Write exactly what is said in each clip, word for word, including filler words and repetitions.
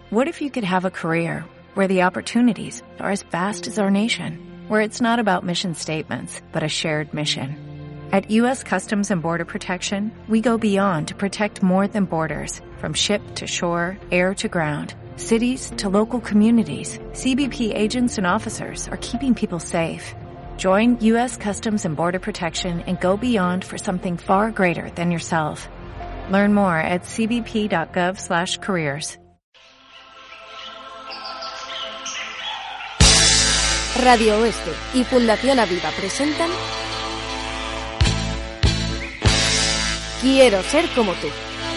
What if you could have a career where the opportunities are as vast as our nation, where it's not about mission statements, but a shared mission? At U S Customs and Border Protection, we go beyond to protect more than borders, from ship to shore, air to ground, cities to local communities. C B P agents and officers are keeping people safe. Join U S Customs and Border Protection and go beyond for something far greater than yourself. Learn more at c b p dot gov slash careers. Radio Oeste y Fundación Aviva presentan Quiero ser como tú,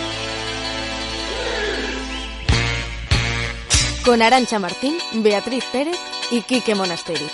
con Arantxa Martín, Beatriz Pérez y Quique Monasteri.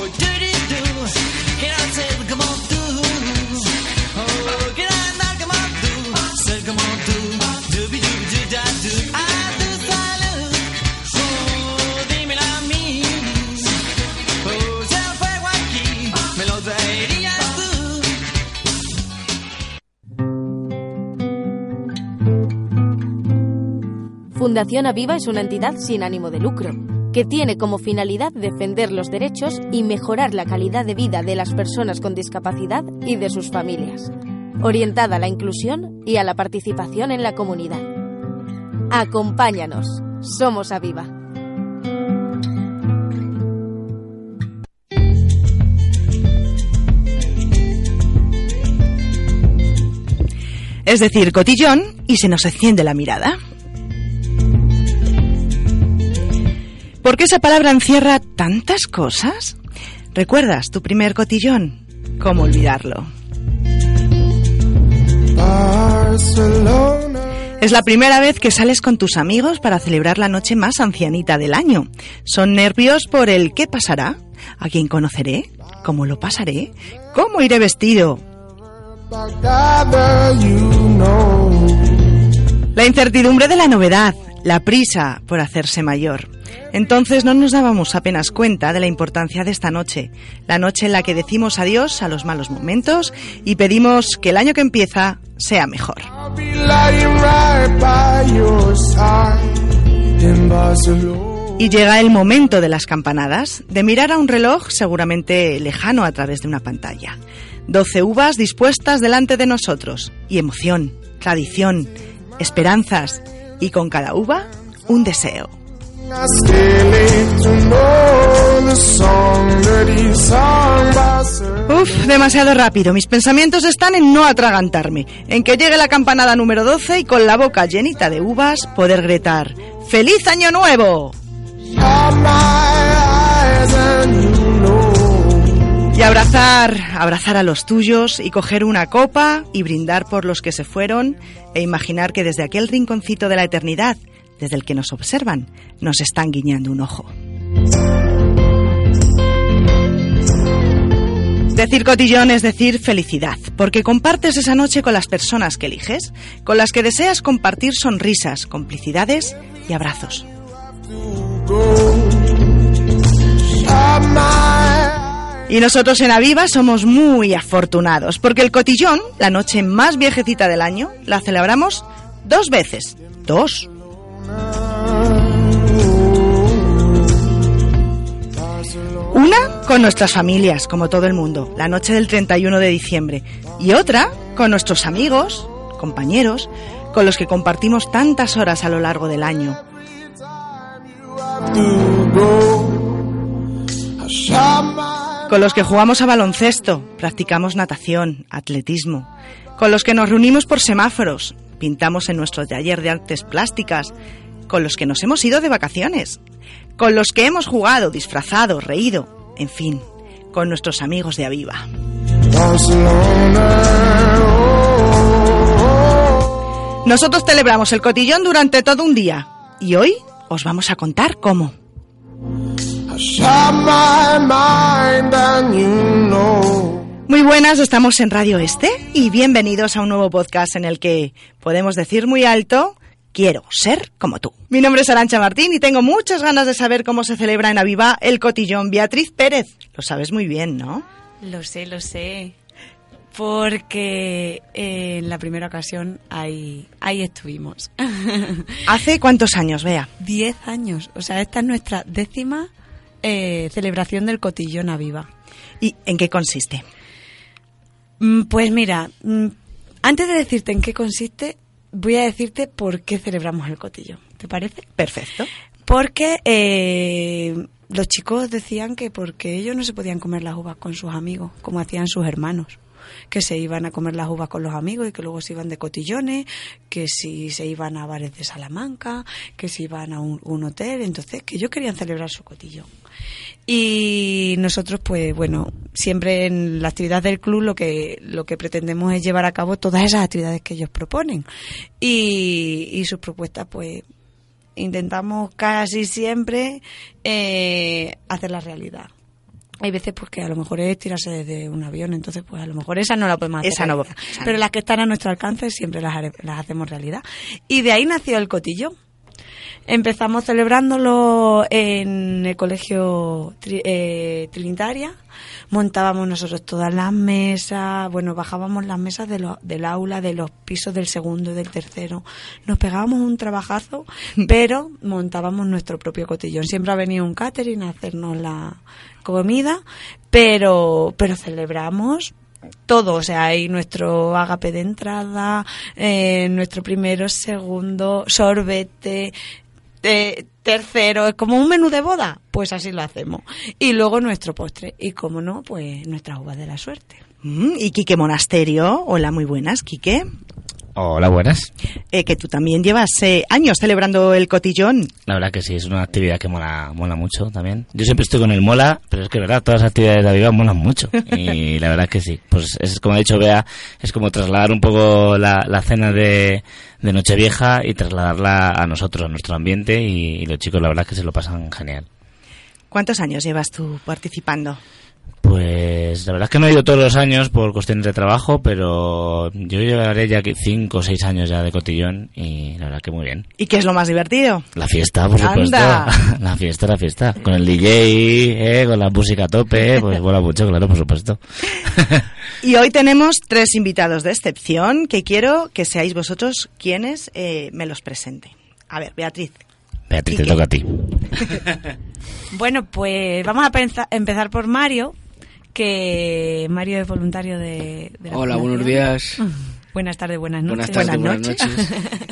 Fundación Aviva es una entidad sin ánimo de lucro, que tiene como finalidad defender los derechos y mejorar la calidad de vida de las personas con discapacidad y de sus familias, orientada a la inclusión y a la participación en la comunidad. Acompáñanos, somos Aviva. Es decir, cotillón, y se nos enciende la mirada. ¿Por qué esa palabra encierra tantas cosas? ¿Recuerdas tu primer cotillón? ¿Cómo olvidarlo? Es la primera vez que sales con tus amigos para celebrar la noche más ancianita del año. Son nervios por el ¿qué pasará? ¿A quién conoceré? ¿Cómo lo pasaré? ¿Cómo iré vestido? La incertidumbre de la novedad, la prisa por hacerse mayor. Entonces no nos dábamos apenas cuenta de la importancia de esta noche, la noche en la que decimos adiós a los malos momentos y pedimos que el año que empieza sea mejor. Y llega el momento de las campanadas, de mirar a un reloj seguramente lejano a través de una pantalla. Doce uvas dispuestas delante de nosotros, y emoción, tradición, esperanzas, y con cada uva, un deseo. Uf, demasiado rápido. Mis pensamientos están en no atragantarme, en que llegue la campanada número doce y con la boca llenita de uvas poder gritar ¡Feliz Año Nuevo! Y abrazar, abrazar a los tuyos y coger una copa y brindar por los que se fueron e imaginar que desde aquel rinconcito de la eternidad, desde el que nos observan, nos están guiñando un ojo. Decir cotillón es decir felicidad, porque compartes esa noche con las personas que eliges, con las que deseas compartir sonrisas, complicidades y abrazos. Y nosotros en Aviva somos muy afortunados, porque el cotillón, la noche más viejecita del año, la celebramos dos veces. Dos. Una con nuestras familias, como todo el mundo, la noche del treinta y uno de diciembre. Y otra con nuestros amigos, compañeros, con los que compartimos tantas horas a lo largo del año. Con los que jugamos a baloncesto, practicamos natación, atletismo. Con los que nos reunimos por semáforos, pintamos en nuestro taller de artes plásticas. Con los que nos hemos ido de vacaciones. Con los que hemos jugado, disfrazado, reído. En fin, con nuestros amigos de Aviva. Nosotros celebramos el cotillón durante todo un día. Y hoy os vamos a contar cómo. Muy buenas, estamos en Radio Este y bienvenidos a un nuevo podcast en el que podemos decir muy alto: quiero ser como tú. Mi nombre es Arantxa Martín y tengo muchas ganas de saber cómo se celebra en Aviva el cotillón. Beatriz Pérez, lo sabes muy bien, ¿no? Lo sé, lo sé. Porque eh, en la primera ocasión ahí, ahí estuvimos. ¿Hace cuántos años, Bea? Diez años. O sea, esta es nuestra décima eh, celebración del Cotillón Aviva. ¿Y en qué consiste? Mm, Pues mira, mm, antes de decirte en qué consiste, voy a decirte por qué celebramos el cotillón. ¿Te parece? Perfecto. Porque eh, los chicos decían que porque ellos no se podían comer las uvas con sus amigos, como hacían sus hermanos, que se iban a comer las uvas con los amigos y que luego se iban de cotillones, que si se iban a bares de Salamanca, que si iban a un, un hotel, entonces que ellos querían celebrar su cotillón. Y nosotros, pues bueno, siempre en la actividad del club lo que lo que pretendemos es llevar a cabo todas esas actividades que ellos proponen. Y, y sus propuestas, pues intentamos casi siempre eh, hacerla realidad. Hay veces pues que a lo mejor es tirarse desde un avión, entonces pues a lo mejor esa no la podemos hacer. Esa no, realidad. esa no. Pero las que están a nuestro alcance siempre las, hare- las hacemos realidad. Y de ahí nació el cotillón. Empezamos celebrándolo en el colegio tri- eh, Trinitaria. Montábamos nosotros todas las mesas, bueno, bajábamos las mesas de lo- del aula, de los pisos del segundo y del tercero. Nos pegábamos un trabajazo, pero montábamos nuestro propio cotillón. Siempre ha venido un catering a hacernos la comida, pero, pero celebramos todo, o sea, hay nuestro ágape de entrada, eh, nuestro primero, segundo, sorbete, eh, tercero, es como un menú de boda, pues así lo hacemos. Y luego nuestro postre, y como no, pues nuestras uvas de la suerte. Mm, y Quique Monasterio, hola, muy buenas, Quique. Hola, buenas. Eh, que tú también llevas eh, años celebrando el cotillón. La verdad que sí, es una actividad que mola, mola mucho también. Yo siempre estoy con el mola, pero es que, verdad, todas las actividades de Aviva molan mucho. Y la verdad que sí. Pues es como ha dicho Bea, es como trasladar un poco la, la cena de, de Nochevieja y trasladarla a nosotros, a nuestro ambiente, y, y los chicos la verdad que se lo pasan genial. ¿Cuántos años llevas tú participando? Pues la verdad es que no he ido todos los años por cuestiones de trabajo, pero yo llevaré ya que cinco o seis años ya de cotillón y la verdad que muy bien. ¿Y qué es lo más divertido? La fiesta, por supuesto. ¡Anda! La fiesta, la fiesta. Con el D J, eh, con la música a tope, pues mola mucho, claro, por supuesto. Y hoy tenemos tres invitados de excepción que quiero que seáis vosotros quienes eh, me los presenten. A ver, Beatriz. Beatriz, ¿Y te qué? toca a ti. Bueno, pues vamos a pensa- empezar por Mario, que Mario es voluntario de, de la Hola, fundación. buenos días. Buenas tardes, buenas noches. Buenas tardes, Buenas buenas noches. noches.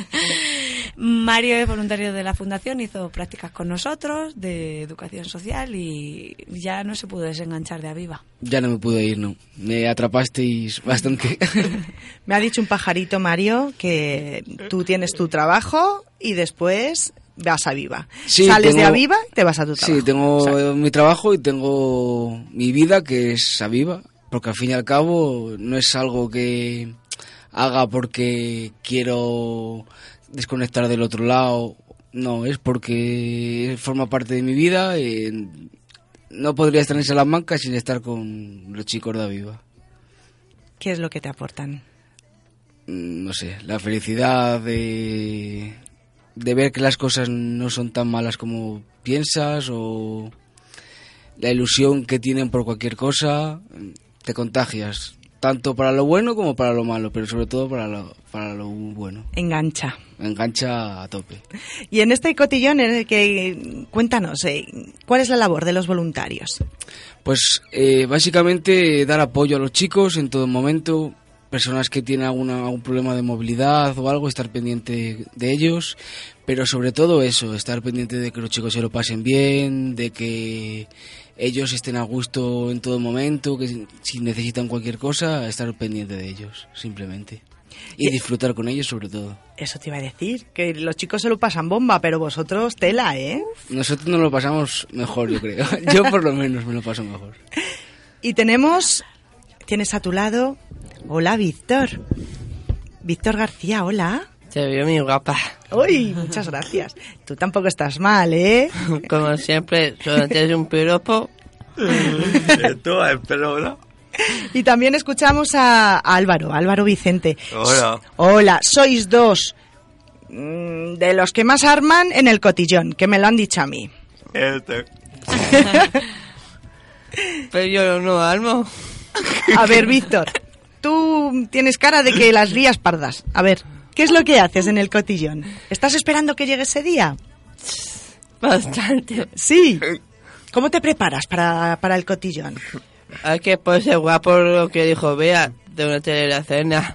Mario es voluntario de la fundación, hizo prácticas con nosotros de educación social y ya no se pudo desenganchar de Aviva. Ya no me pude ir, no. Me atrapasteis bastante. Me ha dicho un pajarito, Mario, que tú tienes tu trabajo y después vas a Aviva. Sí, Sales tengo- de Aviva y te vas a tu trabajo. Sí, tengo O sea, mi trabajo y tengo mi vida, que es Aviva, porque al fin y al cabo no es algo que haga porque quiero desconectar del otro lado. No, es porque forma parte de mi vida. eh, no podría estar en Salamanca sin estar con los chicos de Aviva. ¿qué es lo que te aportan? Mm, No sé, la felicidad de, de ver que las cosas no son tan malas como piensas, o la ilusión que tienen por cualquier cosa. Te contagias, tanto para lo bueno como para lo malo, pero sobre todo para lo, para lo bueno. Engancha. Engancha a tope. Y en este cotillón, en el que cuéntanos, eh, ¿cuál es la labor de los voluntarios? Pues eh, básicamente dar apoyo a los chicos en todo momento. Personas que tienen alguna, algún problema de movilidad o algo, estar pendiente de ellos, pero sobre todo eso, estar pendiente de que los chicos se lo pasen bien, de que ellos estén a gusto en todo momento, que si- si necesitan cualquier cosa, estar pendiente de ellos, simplemente. Y disfrutar con ellos sobre todo. Eso te iba a decir, que los chicos se lo pasan bomba, pero vosotros tela, ¿eh? Nosotros nos lo pasamos mejor, yo creo. Yo por lo menos me lo paso mejor. Y tenemos, tienes a tu lado, hola Víctor. Víctor García, hola. Te veo muy guapa. Uy, muchas gracias. Tú tampoco estás mal, ¿eh? Como siempre, solo tienes un piropo. Tú, espero, ¿no? Y también escuchamos a, a Álvaro, Álvaro Vicente. Hola. Hola, sois dos mm, de los que más arman en el cotillón, que me lo han dicho a mí. Este. Pero yo no almo. A ver, Víctor, tú tienes cara de que las lías pardas. A ver, ¿qué es lo que haces en el cotillón? ¿Estás esperando que llegue ese día? Bastante. Sí. ¿Cómo te preparas para, para el cotillón? Hay que ponerse guapo lo que dijo Bea durante la cena.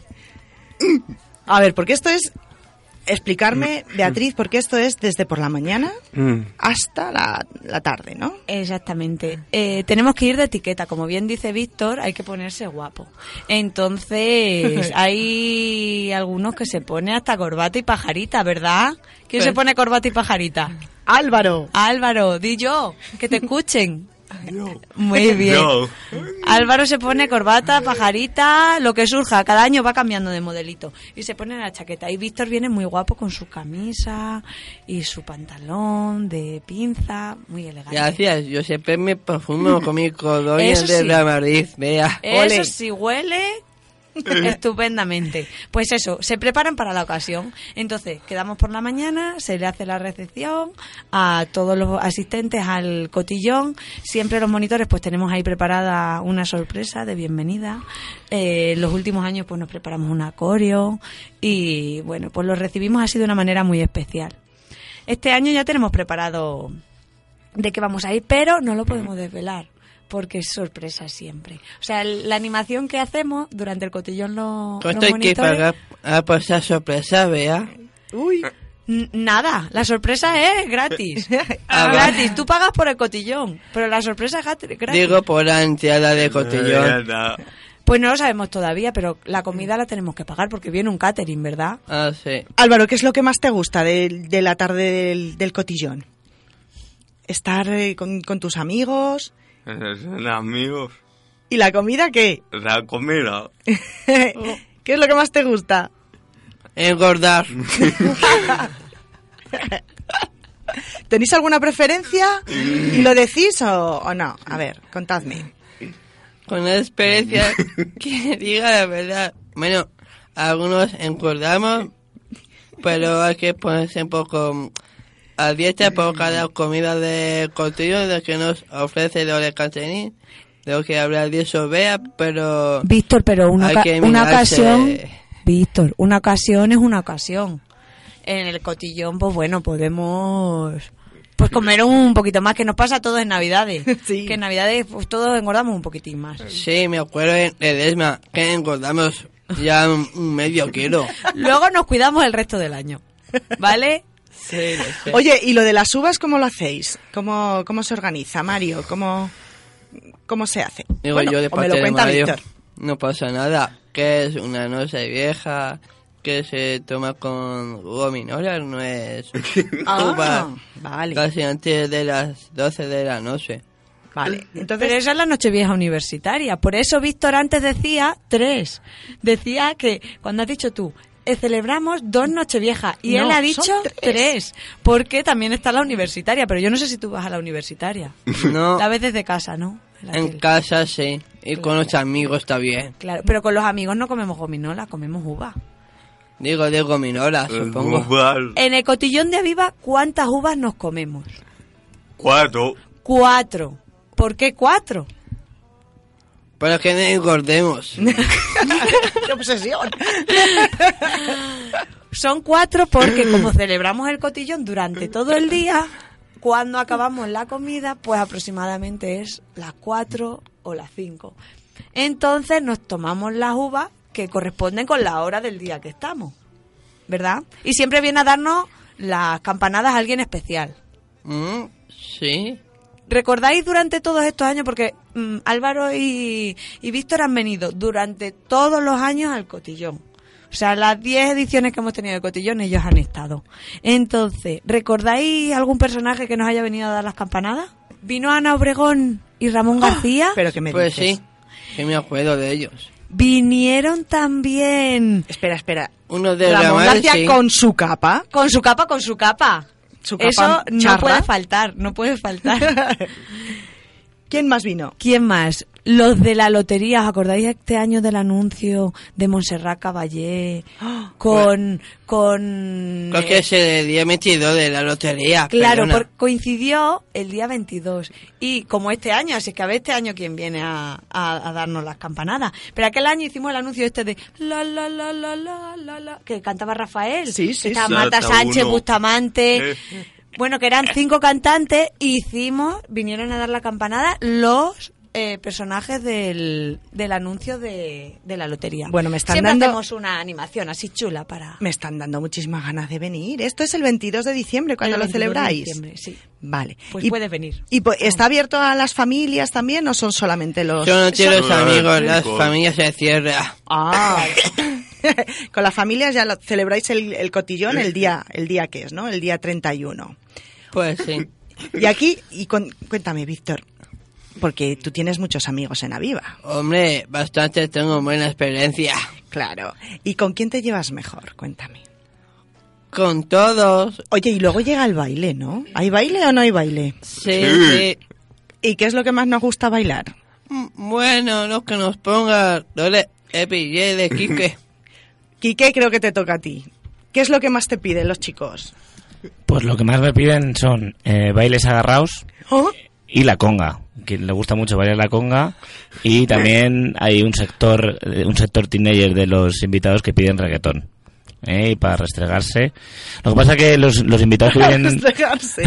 A ver, porque esto es... Explicarme, Beatriz, porque esto es desde por la mañana hasta la, la tarde, ¿no? Exactamente. Eh, tenemos que ir de etiqueta. Como bien dice Víctor, hay que ponerse guapo. Entonces, hay algunos que se ponen hasta corbata y pajarita, ¿verdad? ¿Quién Pues... se pone corbata y pajarita? Álvaro. Álvaro, di yo, que te escuchen. Yo. Muy bien. Yo. Álvaro se pone corbata, pajarita, lo que surja. Cada año va cambiando de modelito. Y se pone la chaqueta. Y Víctor viene muy guapo con su camisa y su pantalón de pinza. Muy elegante. Gracias, yo siempre me perfumo con mi colonia Eso de sí. la Madrid, Bea. Eso Ole. sí huele estupendamente. Pues eso, se preparan para la ocasión. Entonces, quedamos por la mañana, se le hace la recepción a todos los asistentes al cotillón. Siempre los monitores pues tenemos ahí preparada una sorpresa de bienvenida. Eh, los últimos años pues nos preparamos un coreo y bueno, pues los recibimos así de una manera muy especial. Este año ya tenemos preparado de qué vamos a ir, pero no lo podemos desvelar. Porque es sorpresa siempre. O sea, el- la animación que hacemos durante el cotillón lo, los ¿Cuánto hay que monitores... pagar a por esa sorpresa, Bea? Uy. N- Nada, la sorpresa es gratis. Ah, gratis, tú pagas por el cotillón, pero la sorpresa es grat- gratis. Digo por la entrada de cotillón. Pues no lo sabemos todavía, pero la comida la tenemos que pagar porque viene un catering, ¿verdad? Ah, sí. Álvaro, ¿qué es lo que más te gusta de, de la tarde del, del cotillón? ¿Estar eh, con, con tus amigos? Son amigos. ¿Y la comida qué? La comida. ¿Qué es lo que más te gusta? Engordar. ¿Tenéis alguna preferencia? ¿Y lo decís o, o no? A ver, contadme. Con la experiencia que diga la verdad. Bueno, algunos engordamos, pero hay que ponerse un poco a dieta por cada comida de cotillón de que nos ofrece lo de catering. Tengo que hablar de eso, Bea, pero... Víctor, pero una, hay oca- que una mirarse. ocasión... Víctor, una ocasión es una ocasión. En el cotillón, pues bueno, podemos... Pues comer un poquito más, que nos pasa a todos en Navidades. Sí. Que en Navidades pues todos engordamos un poquitín más. Sí, me acuerdo en Edesma que engordamos ya un, un medio kilo. Luego nos cuidamos el resto del año, ¿vale? Sí, lo sé. Oye, ¿y lo de las uvas cómo lo hacéis? ¿Cómo, cómo se organiza, Mario? ¿Cómo, cómo se hace? Digo Bueno, yo de o me lo parte de cuenta Mario, Víctor. no pasa nada, que es una noche vieja, que se toma con gominolas, no es Ah, uva, vale, casi antes de las doce de la noche. vale. Entonces, Pero esa es la Nochevieja universitaria. Por eso Víctor antes decía tres. Decía que, cuando has dicho tú, eh, celebramos dos Nocheviejas. Y No, él ha son dicho tres. tres. Porque también está la universitaria. Pero yo no sé si tú vas a la universitaria. No, La ves desde casa, ¿no? En la en tele. casa sí, y con los amigos está bien. Claro, pero con los amigos no comemos gominola, comemos uva. Digo de gominolas, supongo. Uvas. En el cotillón de Aviva, ¿cuántas uvas nos comemos? Cuatro. Cuatro. ¿Por qué cuatro? Para que no engordemos. ¡qué obsesión! Son cuatro porque como celebramos el cotillón durante todo el día, cuando acabamos la comida, pues aproximadamente es las cuatro o las cinco. Entonces nos tomamos las uvas que corresponden con la hora del día que estamos, ¿verdad? Y siempre viene a darnos las campanadas a alguien especial. Mm, sí. ¿Recordáis durante todos estos años? Porque mm, Álvaro y, y Víctor han venido durante todos los años al cotillón. O sea, las diez ediciones que hemos tenido de cotillón, ellos han estado. Entonces, ¿recordáis algún personaje que nos haya venido a dar las campanadas? ¿Vino Ana Obregón y Ramón García? Pero que me Pues dices. sí, que me acuerdo de ellos. Vinieron también Espera, espera. Uno de la Ramón madre, García sí. con su capa. con su capa, con su capa. Su capa Eso no charra. puede faltar, no puede faltar. ¿Quién más vino? ¿Quién más? Los de la lotería, ¿os acordáis este año del anuncio de Montserrat Caballé con... con Creo que es el día veintidós de la lotería. Claro, perdona. por, coincidió el día veintidós. Y como este año, así que a ver este año quién viene a, a, a darnos las campanadas. Pero aquel año hicimos el anuncio este de la la la la la la la que cantaba Rafael. Sí, sí, Estaba sí. Marta Salta Sánchez, uno. Bustamante. Eh. Bueno, que eran cinco cantantes. Hicimos, vinieron a dar la campanada los eh, personajes del, del anuncio de, de la lotería. Bueno, me están Siempre dando- hacemos una animación así chula para... Me están dando muchísimas ganas de venir. Esto es el veintidós de diciembre, cuando el lo veintidós de celebráis. diciembre, sí. Vale. Pues Y- puedes venir. ¿Y po- está abierto a las familias también o son solamente los...? Yo no quiero los Son- amigos, las Chicos. familias se cierran. Ah, con las familias ya lo, celebráis el, el cotillón el día, el día que es, ¿no? El día treinta y uno. Pues sí. Y aquí, y con- cuéntame, Víctor, porque tú tienes muchos amigos en Aviva. Hombre, bastante tengo buena experiencia. Claro. ¿Y con quién te llevas mejor? Cuéntame. Con todos. Oye, y luego llega el baile, ¿no? ¿Hay baile o no hay baile? Sí, Sí. sí. ¿Y qué es lo que más nos gusta bailar? Mm, Bueno, lo que nos ponga Dole Epi y de Quique. Quique, creo que te toca a ti. ¿Qué es lo que más te piden los chicos? Pues lo que más me piden son eh, bailes agarrados ¿Oh? y la conga, que le gusta mucho bailar la conga, y también hay un sector eh, un sector teenager de los invitados que piden reggaetón, ¿eh? Y para restregarse. Lo que pasa que los, los invitados que vienen Restregarse.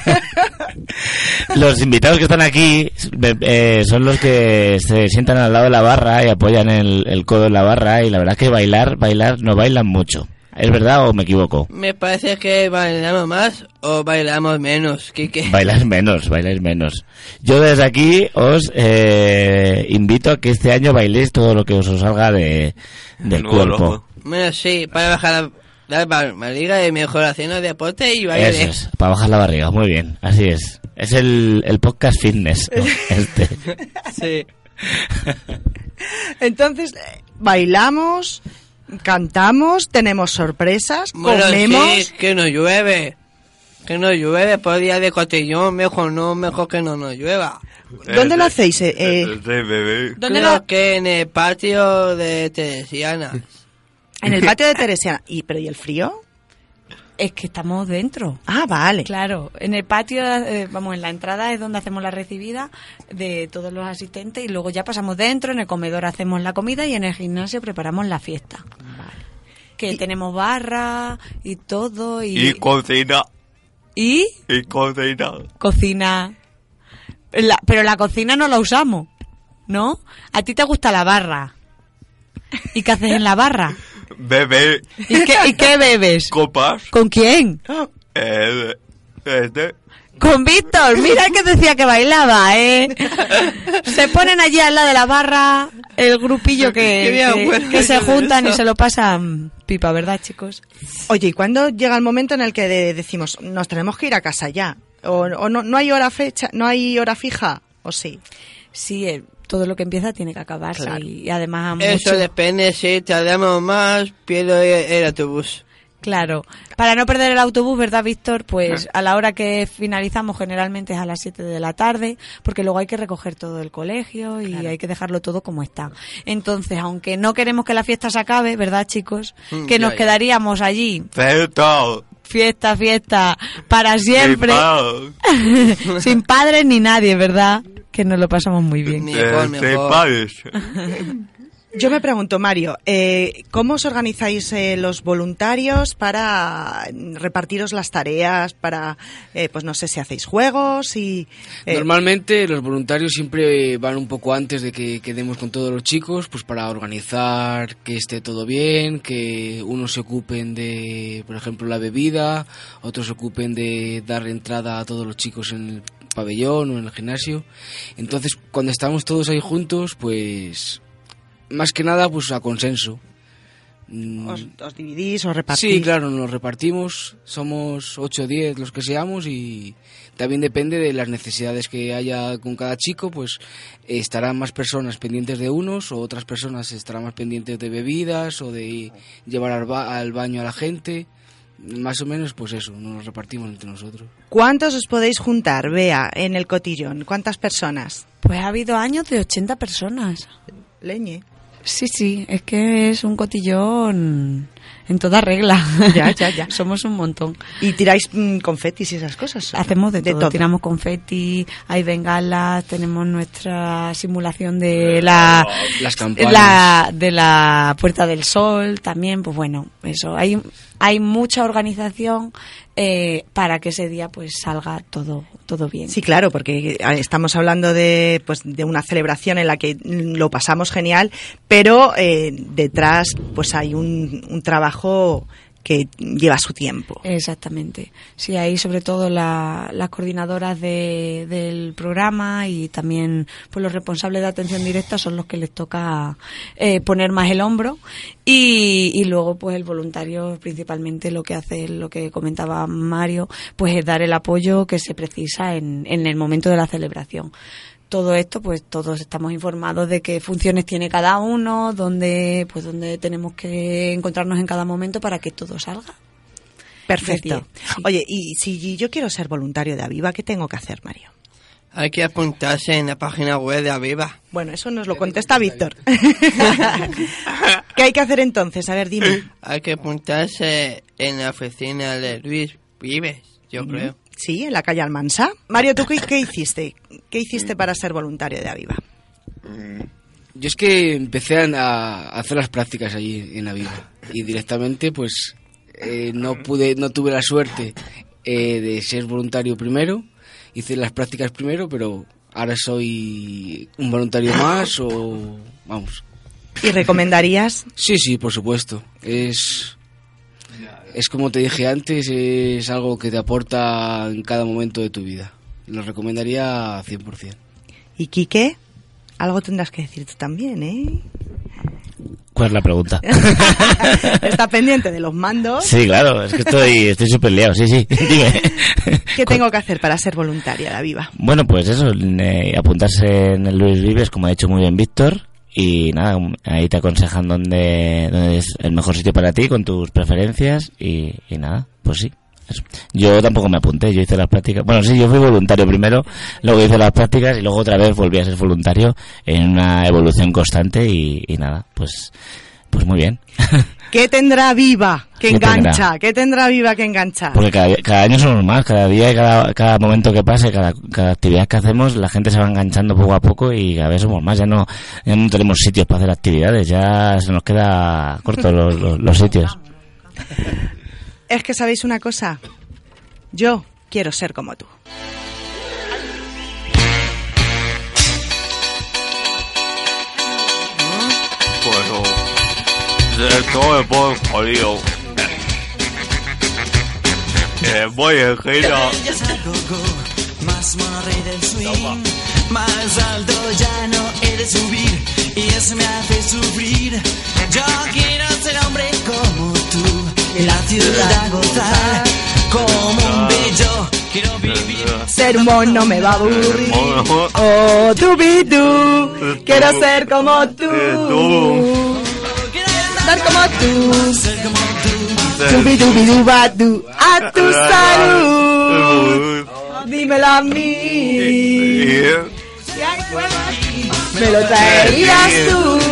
los invitados que están aquí eh, son los que se sientan al lado de la barra y apoyan el, el codo en la barra, y la verdad que bailar, bailar no bailan mucho. ¿Es verdad o me equivoco? Me parece que bailamos más o bailamos menos, Quique. Bailáis menos, bailáis menos. Yo desde aquí os eh, invito a que este año bailéis todo lo que os, os salga de, del Menudo cuerpo. loco. Bueno, sí, para bajar la, la barriga de mejor haciendo deporte y baile. Eso es, para bajar la barriga, muy bien, así es. Es el, el podcast fitness, ¿no? Este. Sí. Entonces, eh, bailamos, cantamos, tenemos sorpresas, Bueno, comemos. sí, que no llueve. Que no llueve por día de cotillón, mejor no, mejor que no nos llueva. ¿Dónde lo hacéis? Eh, eh, Sí, bebé. ¿Dónde Creo lo- que en el patio de Teresiana. En el patio de Teresiana. ¿Y, pero, ¿y el frío? Es que estamos dentro. Ah, vale. Claro, en el patio, eh, vamos, en la entrada es donde hacemos la recibida de todos los asistentes y luego ya pasamos dentro, en el comedor hacemos la comida y en el gimnasio preparamos la fiesta. Que tenemos barra y todo y... Y cocina. y Y cocina. cocina. La- pero la cocina no la usamos, ¿no? A ti te gusta la barra. ¿Y qué haces en la barra? Bebé. ¿Y qué, y qué bebes? Copas. ¿Con quién? Eh, este. Con Víctor, mira que decía que bailaba, ¿eh? Se ponen allí al lado de la barra el grupillo que, Qué bien, que- bueno, que se eso. juntan y se lo pasan pipa, ¿verdad, chicos? Oye, ¿y cuándo llega el momento en el que de- decimos, nos tenemos que ir a casa ya? ¿O, o no, no hay hora fecha, no hay hora fija? ¿O sí? Sí, eh, todo lo que empieza tiene que acabarse Claro. y, y además Eso mucho... depende, si tardamos más, pierdo el, el autobús. Claro, para no perder el autobús, ¿verdad, Víctor? Pues a la hora que finalizamos generalmente es a las siete de la tarde, porque luego hay que recoger todo el colegio y hay que dejarlo todo como está. Entonces, aunque no queremos que la fiesta se acabe, ¿verdad, chicos? Mm, Que ya, nos ya. quedaríamos allí, Feto. fiesta, fiesta, para siempre, sin padres ni nadie, ¿verdad? Que nos lo pasamos muy bien. Mejor, Eh, mejor. pares. Yo me pregunto, Mario, eh, ¿cómo os organizáis eh, los voluntarios para repartiros las tareas, para, eh, pues no sé si hacéis juegos y... eh, Normalmente los voluntarios siempre van un poco antes de que quedemos con todos los chicos, pues para organizar que esté todo bien, que unos se ocupen de, por ejemplo, la bebida, otros se ocupen de dar entrada a todos los chicos en el pabellón o en el gimnasio. Entonces, cuando estamos todos ahí juntos, pues más que nada, pues a consenso. Mm, os, os dividís, os repartís. Sí, claro, nos repartimos, somos ocho o diez los que seamos y también depende de las necesidades que haya con cada chico, pues eh, estarán más personas pendientes de unos o otras personas estarán más pendientes de bebidas o de llevar al, ba- al baño a la gente. más o menos, pues eso, nos lo repartimos entre nosotros. ¿Cuántos os podéis juntar, Bea, en el cotillón? ¿Cuántas personas? Pues ha habido años de ochenta personas. Leñe. Sí, sí, es que es un cotillón en toda regla. Ya, ya, ya. Somos un montón. ¿Y tiráis mmm, confetis y esas cosas? Hacemos de, de todo. todo. Tiramos confeti, hay bengalas, tenemos nuestra simulación de la, Las campanas. la de la Puerta del Sol también, pues bueno, eso. Hay hay mucha organización eh, para que ese día pues salga todo todo bien. Sí, claro, porque estamos hablando de pues de una celebración en la que lo pasamos genial, pero eh, detrás pues hay un, un trabajo que lleva su tiempo. Exactamente. Sí, ahí sobre todo la, las coordinadoras de, del programa y también pues los responsables de atención directa son los que les toca eh, poner más el hombro y, y luego pues el voluntario principalmente lo que hace, lo que comentaba Mario, pues es dar el apoyo que se precisa en, en el momento de la celebración. Todo esto, pues todos estamos informados de qué funciones tiene cada uno, dónde, pues dónde tenemos que encontrarnos en cada momento para que todo salga. Perfecto. Sí. Oye, y si yo quiero ser voluntario de Aviva, ¿qué tengo que hacer, Mario? Hay que apuntarse en la página web de Aviva. Bueno, eso nos lo contesta Víctor. ¿Qué hay que hacer entonces? A ver, dime. Hay que apuntarse en la oficina de Luis Vives, yo creo. Sí, en la calle Almansa. Mario, ¿tú qué, qué hiciste? ¿Qué hiciste para ser voluntario de Aviva? Yo es que empecé a hacer las prácticas allí en Aviva y directamente pues eh, no pude, no tuve la suerte eh, de ser voluntario primero. Hice las prácticas primero, pero ahora soy un voluntario más o vamos. ¿Y recomendarías? Sí, sí, por supuesto. Es es como te dije antes, es algo que te aporta en cada momento de tu vida. Lo recomendaría cien por ciento. ¿Y Quique? Algo tendrás que decir tú también, ¿eh? ¿Cuál es la pregunta? Está pendiente de los mandos. Sí, claro, es que estoy estoy súper liado, sí, sí. Dime. ¿Qué tengo que hacer para ser voluntaria de Aviva? Bueno, pues eso, eh, apuntarse en el Luis Vives, como ha dicho muy bien Víctor, y nada, ahí te aconsejan dónde, dónde es el mejor sitio para ti, con tus preferencias, y, y nada, pues sí. Eso. Yo tampoco me apunté, yo hice las prácticas. Bueno, sí, yo fui voluntario primero, luego hice las prácticas y luego otra vez volví a ser voluntario en una evolución constante y, y nada, pues pues muy bien. ¿Qué tendrá Aviva que ¿Qué engancha? tendrá? ¿Qué tendrá Aviva que engancha? Porque cada, cada año somos más, cada día y cada, cada momento que pase, cada, cada actividad que hacemos, la gente se va enganchando poco a poco y cada vez somos más. Ya no, ya no tenemos sitios para hacer actividades, ya se nos queda cortos los, los, los sitios. Es que sabéis una cosa, yo quiero ser como tú. Bueno, esto me pone jodido. Eh, voy en gira. Más monorrey del swing, más alto ya no he de subir y eso me hace sufrir. Yo quiero ser hombre como tú, en la ciudad gozar como un bello. Quiero vivir. Ser un mono me va a aburrir. Oh, tú vi tú, quiero ser como tú. Ser como tú. Ser como tú. Dubi dubi duba du, a tu salud. Dímelo a mí. Me lo traerías tú.